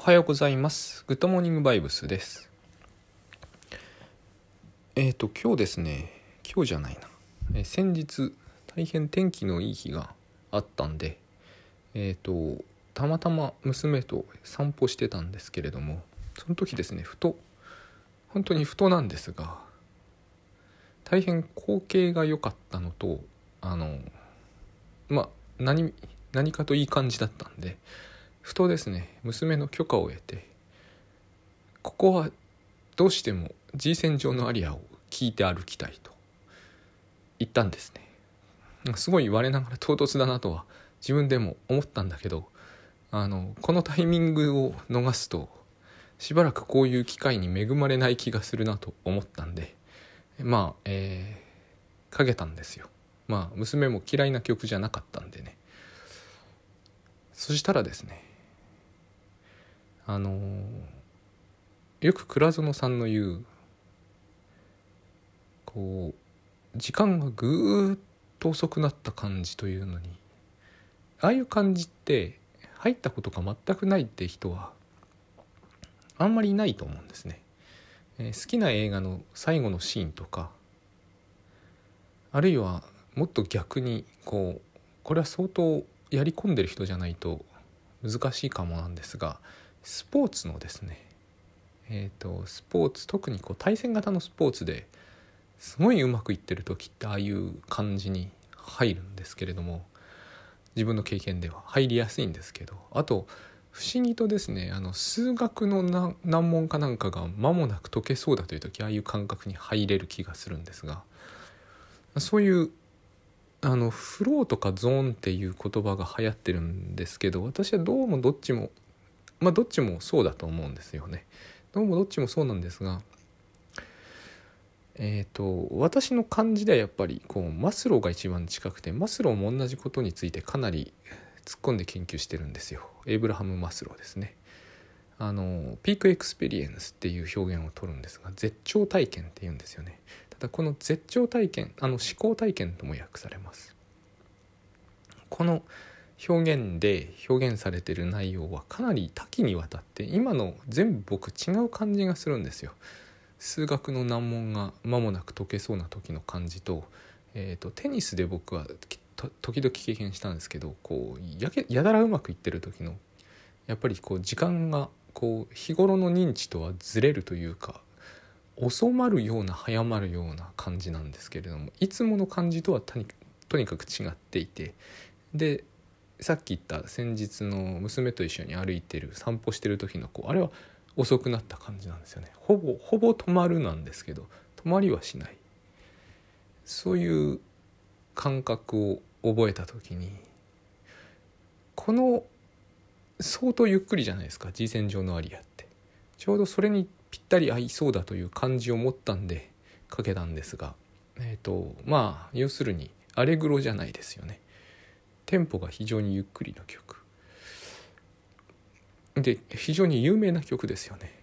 おはようございます。グッドモーニングバイブスです。今日ですね、今日じゃないな、先日大変天気のいい日があったんで、たまたま娘と散歩してたんですけれども、その時ですね、本当にふとなんですが、大変光景が良かったのと、何かといい感じだったんで、ふとですね、娘の許可を得て、ここはどうしても G 線上のアリアを聞いて歩きたいと言ったんですね。すごい我ながら唐突だなとは自分でも思ったんだけど、このタイミングを逃すとしばらくこういう機会に恵まれない気がするなと思ったんで、かけたんですよ。娘も嫌いな曲じゃなかったんでね。そしたらですね、よく倉園さんの言う時間がぐーっと遅くなった感じというのに、ああいう感じって入ったことが全くないって人はあんまりいないと思うんですね。好きな映画の最後のシーンとか、あるいはもっと逆にこれは相当やり込んでる人じゃないと難しいかもなんですが、スポーツのですね、スポーツ、特に対戦型のスポーツですごいうまくいってる時ってああいう感じに入るんですけれども、自分の経験では入りやすいんですけど、あと不思議とですね、数学の難問かなんかが間もなく解けそうだという時、ああいう感覚に入れる気がするんですが、そういうフローとかゾーンっていう言葉が流行ってるんですけど、私はどうもどっちもそうだと思うんですよね。どうもどっちもそうなんですが、私の感じではやっぱりマスローが一番近くて、マスローも同じことについてかなり突っ込んで研究してるんですよ。エイブラハム・マスローですね。ピークエクスペリエンスっていう表現を取るんですが、絶頂体験っていうんですよね。ただこの絶頂体験、思考体験とも訳されます。この表現で表現されている内容はかなり多岐にわたって、今の全部僕違う感じがするんですよ。数学の難問が間もなく解けそうな時の感じと、テニスで僕は時々経験したんですけど、やたらうまくいってる時のやっぱり時間が日頃の認知とはずれるというか、遅まるような早まるような感じなんですけれども、いつもの感じとはとにかく違っていて、でさっき言った先日の娘と一緒に歩いてる散歩してる時のあれは遅くなった感じなんですよね。ほぼ止まるなんですけど、止まりはしない。そういう感覚を覚えた時に、この相当ゆっくりじゃないですか、G 線上のアリアって。ちょうどそれにぴったり合いそうだという感じを持ったんでかけたんですが、要するにアレグロじゃないですよね。テンポが非常にゆっくりの曲で、非常に有名な曲ですよね。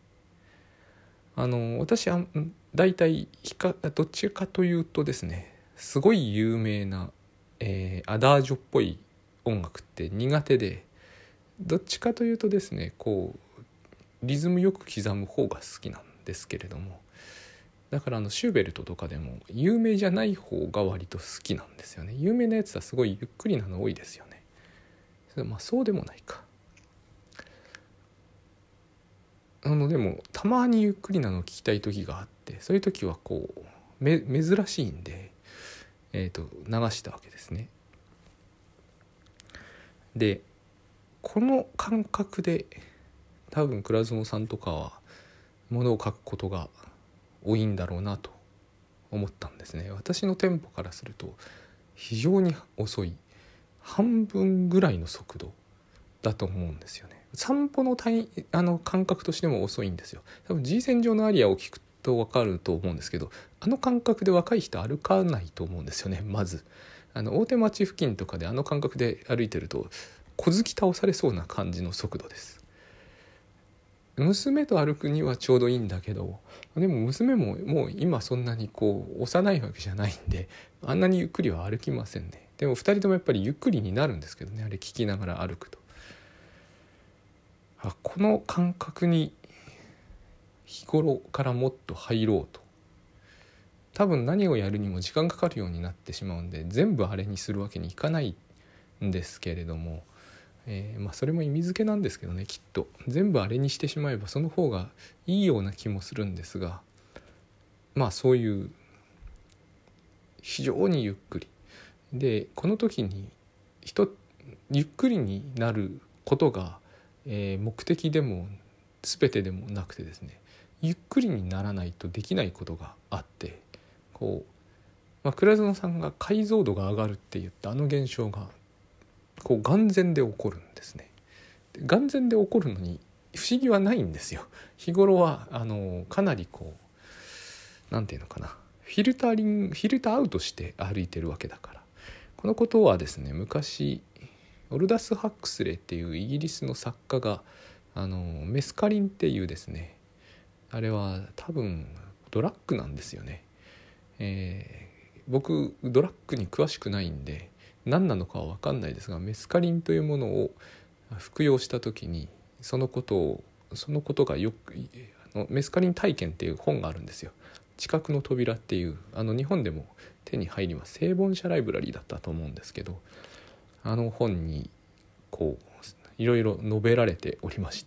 私は大体どっちかというとですね、すごい有名な、アダージョっぽい音楽って苦手で、どっちかというとですね、リズムよく刻む方が好きなんですけれども、だからシューベルトとかでも有名じゃない方が割と好きなんですよね。有名なやつはすごいゆっくりなの多いですよね。そうでもないか。でもたまにゆっくりなのを聞きたい時があって、そういう時は珍しいんで、流したわけですね。でこの感覚で多分倉園さんとかはものを書くことが多いんだろうなと思ったんですね。私のテンポからすると非常に遅い、半分ぐらいの速度だと思うんですよね。散歩の感覚としても遅いんですよ。多分 G 線上のアリアを聞くと分かると思うんですけど、感覚で若い人歩かないと思うんですよね。まず大手町付近とかで感覚で歩いてると小突き倒されそうな感じの速度です。娘と歩くにはちょうどいいんだけど、でも娘ももう今そんなに幼いわけじゃないんで、あんなにゆっくりは歩きませんね。でも2人ともやっぱりゆっくりになるんですけどね、あれ聞きながら歩くと。 この感覚に日頃からもっと入ろうと。多分何をやるにも時間かかるようになってしまうんで、全部あれにするわけにいかないんですけれども、それも意味付けなんですけどね、きっと全部あれにしてしまえばその方がいいような気もするんですが、そういう非常にゆっくりで、この時にゆっくりになることが、目的でも全てでもなくてですね、ゆっくりにならないとできないことがあって、倉園さんが解像度が上がるって言ったあの現象が眼前で起こるんですね。眼前で起こるのに不思議はないんですよ。日頃はかなりなんていうのかな、フィルターアウトして歩いてるわけだから。このことはですね、昔オルダス・ハックスレーっていうイギリスの作家がメスカリンっていうですね、あれは多分ドラッグなんですよね。僕ドラッグに詳しくないんで何なのかは分かんないですが、メスカリンというものを服用した時にそのことがよくメスカリン体験っていう本があるんですよ。知覚の扉っていう日本でも手に入ります。聖本社ライブラリーだったと思うんですけど、あの本にいろいろ述べられておりまして、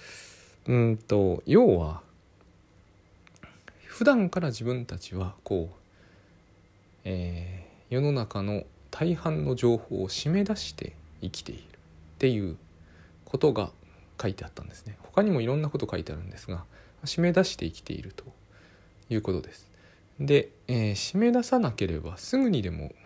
要は普段から自分たちは世の中の大半の情報を締め出して生きているっていうことが書いてあったんですね。他にもいろんなこと書いてあるんですが、締め出して生きているということです。で、締め出さなければすぐにでも、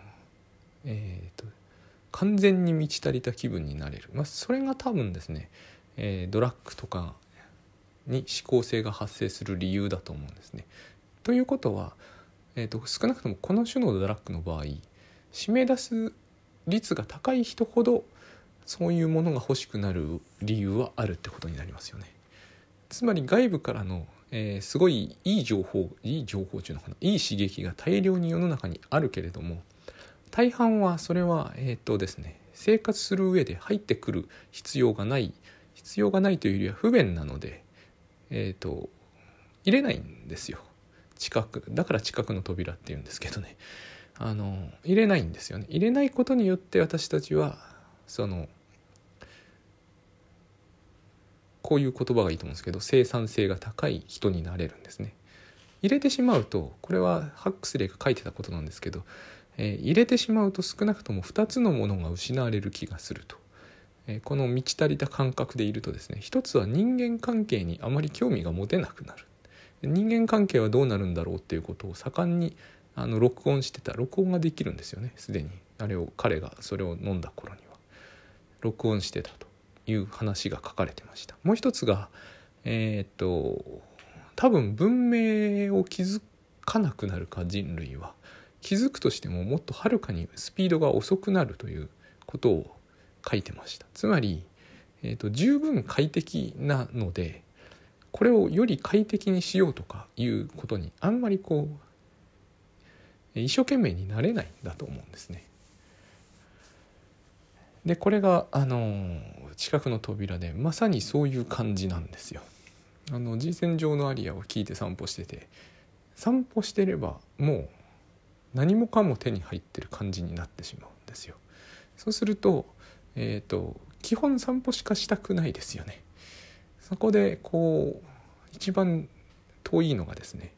完全に満ち足りた気分になれる、それが多分ですね、ドラッグとかに思考性が発生する理由だと思うんですね。ということは、少なくともこの種のドラッグの場合、締め出す率が高い人ほどそういうものが欲しくなる理由はあるってことになりますよね。つまり外部からの、すごいいい情報っていうのかな、いい刺激が大量に世の中にあるけれども、大半はそれはですね、生活する上で入ってくる必要がないというよりは不便なので、入れないんですよ。だから知覚の扉っていうんですけどね、入れないんですよね。入れないことによって私たちはこういう言葉がいいと思うんですけど、生産性が高い人になれるんですね。入れてしまうと、これはハックスレーが書いてたことなんですけど、入れてしまうと少なくとも2つのものが失われる気がすると。この満ち足りた感覚でいるとですね、一つは人間関係にあまり興味が持てなくなる。人間関係はどうなるんだろうっていうことを盛んに録音ができるんですよね。すでに彼がそれを飲んだ頃には録音してたという話が書かれてました。もう一つが多分文明を気づかなくなるか、人類は気づくとしてももっとはるかにスピードが遅くなるということを書いてました。つまり、十分快適なので、これをより快適にしようとかいうことにあんまり一生懸命になれないんだと思うんですね。でこれが知覚の扉でまさにそういう感じなんですよ。G線上のアリアを聞いて散歩してればもう何もかも手に入ってる感じになってしまうんですよ。そうすると、基本散歩しかしたくないですよね。そこで一番遠いのがですね、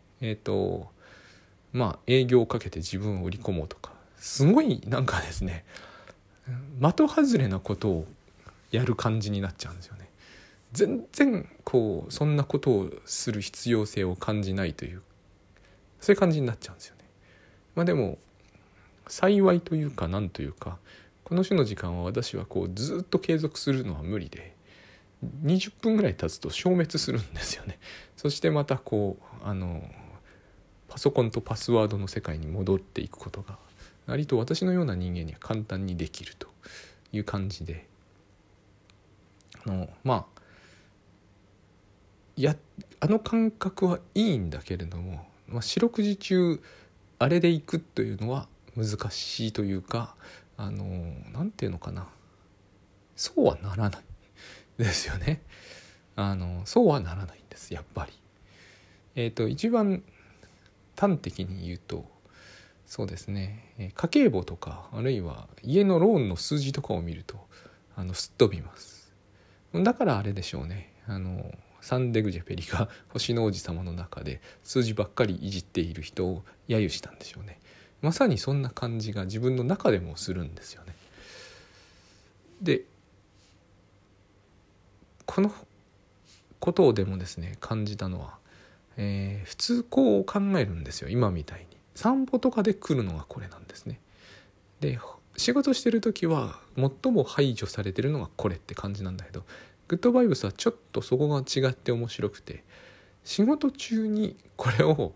営業をかけて自分を売り込もうとか、すごいなんかですね、的外れなことをやる感じになっちゃうんですよね。全然そんなことをする必要性を感じないという、そういう感じになっちゃうんですよね。でも幸いというかなんというか、この種の時間は私はずっと継続するのは無理で、20分ぐらい経つと消滅するんですよね。そしてまたパソコンとパスワードの世界に戻っていくことが割と私のような人間には簡単にできるという感じで、あの感覚はいいんだけれども、四六時中あれでいくというのは難しいというか、なんていうのかな、そうはならない。 ですよね。そうはならないんですやっぱり。一番端的に言うとそうですね、家計簿とかあるいは家のローンの数字とかを見るとすっ飛びます。だからあれでしょうね、サンデグジェペリが星の王子様の中で数字ばっかりいじっている人を揶揄したんでしょうね。まさにそんな感じが自分の中でもするんですよね。でこのことをでもですね感じたのは、普通こう考えるんですよ。今みたいに散歩とかで来るのがこれなんですね。で仕事してる時は最も排除されてるのがこれって感じなんだけど、グッドバイブスはちょっとそこが違って面白くて、仕事中にこれを、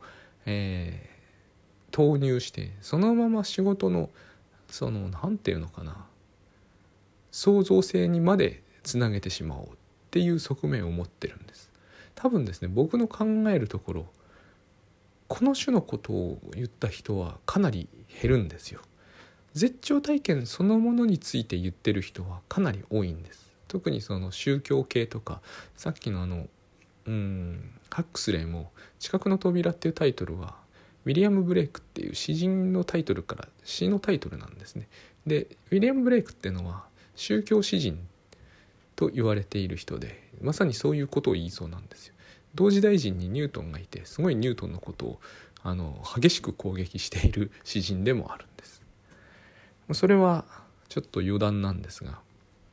投入してそのまま仕事のなんていうのかな、創造性にまでつなげてしまおうっていう側面を持ってるんです。多分ですね、僕の考えるところこの種のことを言った人はかなり減るんですよ。絶頂体験そのものについて言ってる人はかなり多いんです。特にその宗教系とか、さっきのハックスレーも知覚の扉っていうタイトルはウィリアム・ブレイクっていう詩人のタイトルから詩のタイトルなんですね。でウィリアム・ブレイクっていうのは宗教詩人と言われている人で、まさにそういうことを言いそうなんですよ。同時代人にニュートンがいて、すごいニュートンのことを激しく攻撃している詩人でもあるんです。それはちょっと余談なんですが、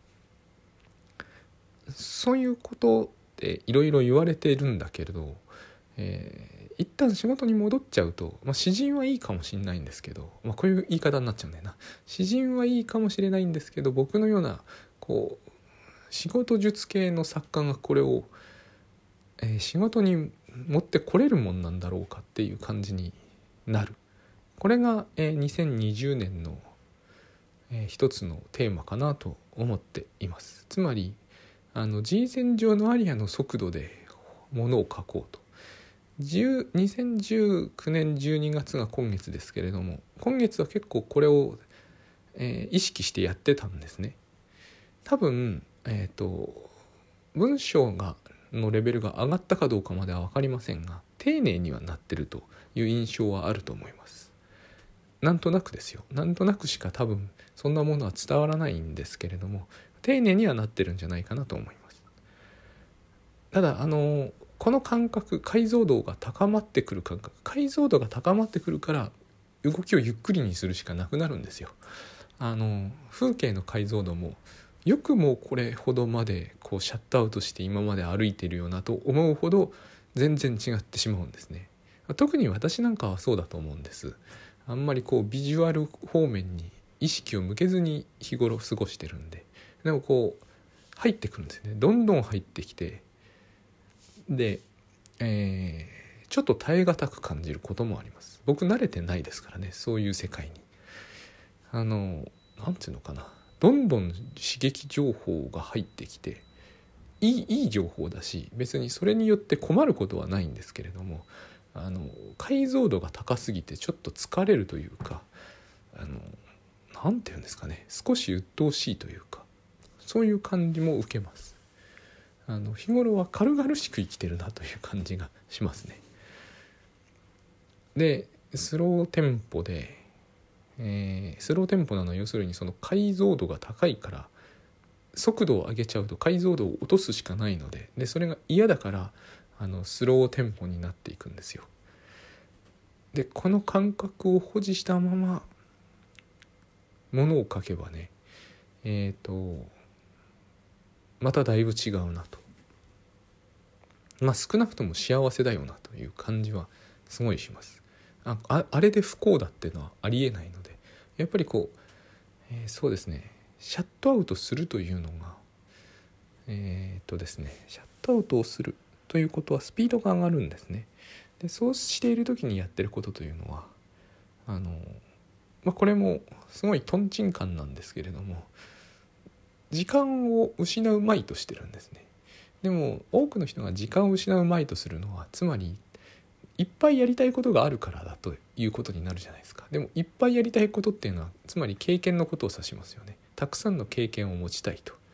そういうことっていろいろ言われているんだけれど、一旦仕事に戻っちゃうと、詩人はいいかもしれないんですけど、こういう言い方になっちゃうんだよな。詩人はいいかもしれないんですけど、僕のようなこう仕事術系の作家がこれを、仕事に持ってこれるもんなんだろうかっていう感じになる。これが、2020年の、一つのテーマかなと思っています。つまりG 線上のアリアの速度でものを書こうと。2019年12月が今月ですけれども、今月は結構これを、意識してやってたんですね。多分、文章のレベルが上がったかどうかまでは分かりませんが、丁寧にはなってるという印象はあると思います。なんとなくですよ。なんとなくしか多分そんなものは伝わらないんですけれども、丁寧にはなってるんじゃないかなと思います。ただこの感覚、解像度が高まってくる感覚、解像度が高まってくるから動きをゆっくりにするしかなくなるんですよ。風景の解像度もよくもこれほどまでこうシャットアウトして今まで歩いているよなと思うほど全然違ってしまうんですね。特に私なんかはそうだと思うんです。あんまりこうビジュアル方面に意識を向けずに日頃過ごしてるんで、でもこう入ってくるんですよね。どんどん入ってきて、で、ちょっと耐え難く感じることもあります。僕慣れてないですからね、そういう世界に。なんていうのかな、どんどん刺激情報が入ってきて、いい情報だし、別にそれによって困ることはないんですけれども、解像度が高すぎてちょっと疲れるというか、なんていうんですかね、少し鬱陶しいというか、そういう感じも受けます。日頃は軽々しく生きてるなという感じがしますね。でスローテンポで、スローテンポなのは要するにその解像度が高いから速度を上げちゃうと解像度を落とすしかないので、それが嫌だからスローテンポになっていくんですよ。でこの感覚を保持したままものを書けばね、まただいぶ違うなと、少なくとも幸せだよなという感じはすごいします。あれで不幸だっていうのはありえないので、やっぱりこう、そうですね、シャットアウトするというのがですね、シャットアウトをするということはスピードが上がるんですね。でそうしている時にやってることというのはこれもすごいトンチンカンなんですけれども、時間を失うまいとしてるんですね。でも多くの人が時間を失うまいとするのは、つまりいっぱいやりたいことがあるからだということになるじゃないですか。でもいっぱいやりたいことっていうのはつまり経験のことを指しますよね。たくさんの経験を持ちたいと。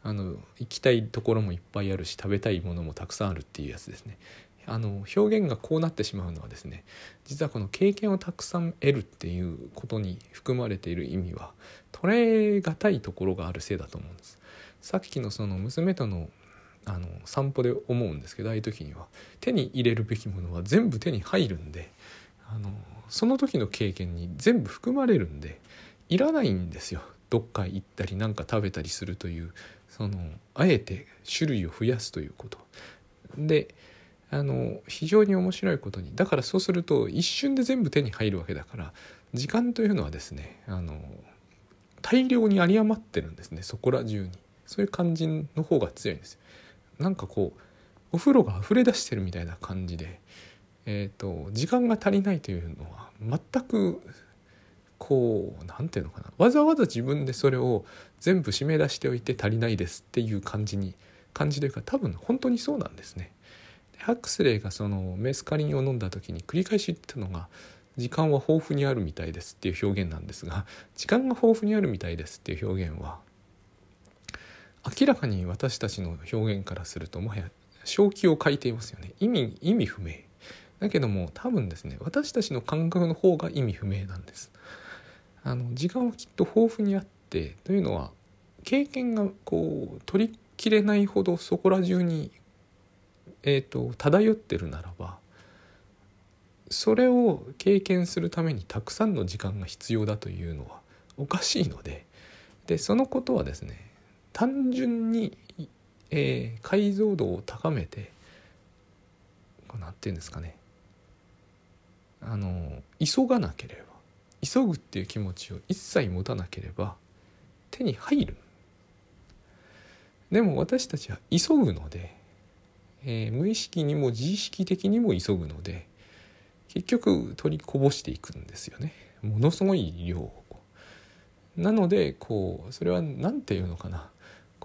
行きたいところもいっぱいあるし食べたいものもたくさんあるっていうやつですね。表現がこうなってしまうのはですね、実はこの経験をたくさん得るっていうことに含まれている意味は捉えがたいところがあるせいだと思うんです。さっきのその娘との散歩で思うんですけど、ああいう時には手に入れるべきものは全部手に入るんで、その時の経験に全部含まれるんでいらないんですよ。どっか行ったりなんか食べたりするというあえて種類を増やすということで、非常に面白いことに、だからそうすると一瞬で全部手に入るわけだから、時間というのはですね大量に有り余ってるんですね、そこら中に。そういう感じの方が強いんですよ。なんかこうお風呂が溢れ出してるみたいな感じで、時間が足りないというのは全くなんていうのかな、わざわざ自分でそれを全部締め出しておいて足りないですっていう感じというか、多分本当にそうなんですね。ハクスレイがそのメスカリンを飲んだ時に繰り返し言ってたのが、時間は豊富にあるみたいですっていう表現なんですが、時間が豊富にあるみたいですっていう表現は明らかに私たちの表現からするともはや正気を欠いていますよね。意味不明だけども、多分ですね私たちの感覚の方が意味不明なんです。時間はきっと豊富にあって、というのは経験が取りきれないほどそこら中に漂ってるならば、それを経験するためにたくさんの時間が必要だというのはおかしいので、そのことはですね単純に、解像度を高めてなんていうんですかね、急がなければ、急ぐっていう気持ちを一切持たなければ手に入る。でも私たちは急ぐので、無意識にも自意識的にも急ぐので、結局取りこぼしていくんですよね、ものすごい量を。なのでそれはなんていうのかな、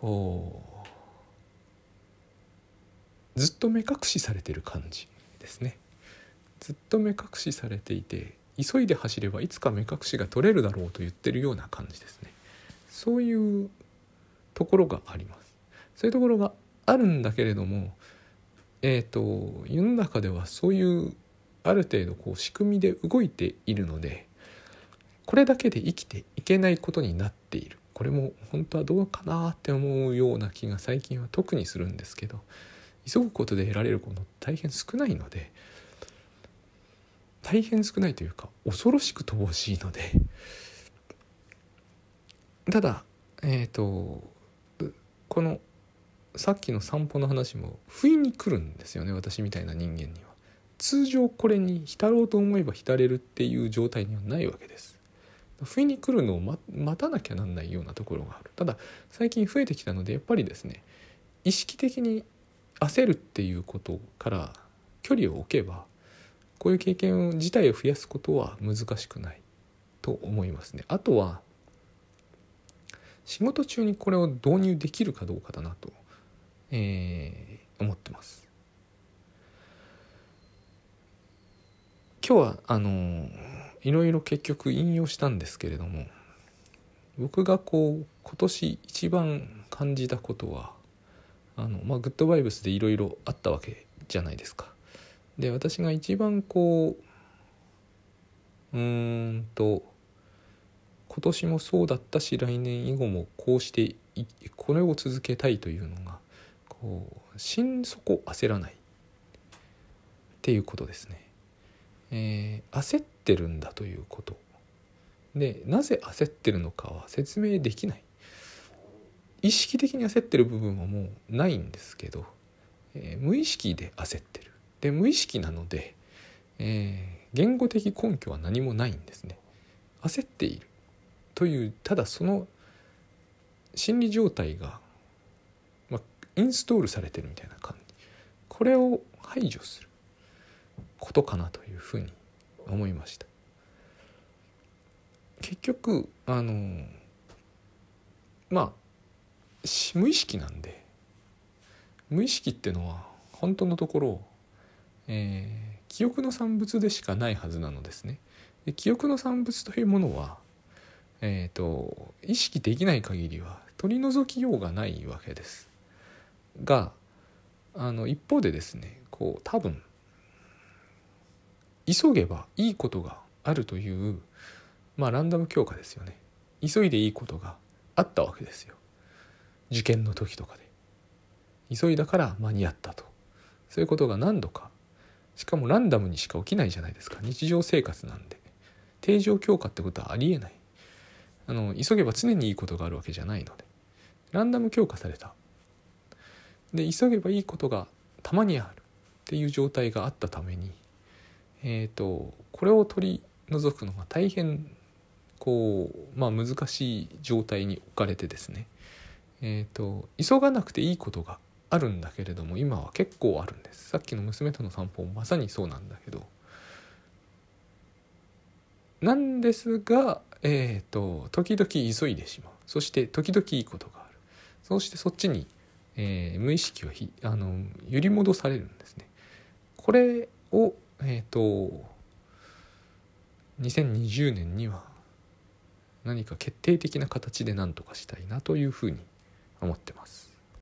ずっと目隠しされてる感じですね。ずっと目隠しされていて、急いで走ればいつか目隠しが取れるだろうと言ってるような感じですね。そういうところがあります。そういうところがあるんだけれども、世の中ではそういうある程度仕組みで動いているので、これだけで生きていけないことになっている。これも本当はどうかなって思うような気が最近は特にするんですけど、急ぐことで得られること大変少ないので、大変少ないというか恐ろしく乏しいので、ただこのさっきの散歩の話も不意に来るんですよね、私みたいな人間には。通常これに浸ろうと思えば浸れるっていう状態にはないわけです。不意に来るのを待たなきゃなんないようなところがある。ただ最近増えてきたので、やっぱりですね意識的に焦るっていうことから距離を置けば、こういう経験自体を増やすことは難しくないと思いますね。あとは仕事中にこれを導入できるかどうかだなと、思ってます。今日はいろいろ結局引用したんですけれども、僕が今年一番感じたことはグッドバイブスでいろいろあったわけじゃないですか。で、私が一番今年もそうだったし、来年以後もこうしてこれを続けたいというのが心底焦らないっていうことですね。焦ってるんだということで、なぜ焦ってるのかは説明できない。意識的に焦ってる部分はもうないんですけど、無意識で焦ってる。で、無意識なので、言語的根拠は何もないんですね。焦っているというただその心理状態が、インストールされてるみたいな感じ、これを排除することかなというふうに思いました。結局無意識なんで、無意識ってのは本当のところ、記憶の産物でしかないはずなのですね。で、記憶の産物というものは、意識できない限りは取り除きようがないわけですが、一方でですね、多分急げばいいことがあるという、ランダム強化ですよね。急いでいいことがあったわけですよ。受験の時とかで急いだから間に合ったと、そういうことが何度か、しかもランダムにしか起きないじゃないですか。日常生活なんで定常強化ってことはありえない。急げば常にいいことがあるわけじゃないので、ランダム強化された。で急げばいいことがたまにあるっていう状態があったために、これを取り除くのが大変難しい状態に置かれてですね、急がなくていいことがあるんだけれども今は結構あるんです。さっきの娘との散歩もまさにそうなんだけど、なんですが、時々急いでしまう。そして時々いいことがある。そしてそっちに、無意識は揺り戻されるんですね。これを、2020年には何か決定的な形で何とかしたいなというふうに思ってます。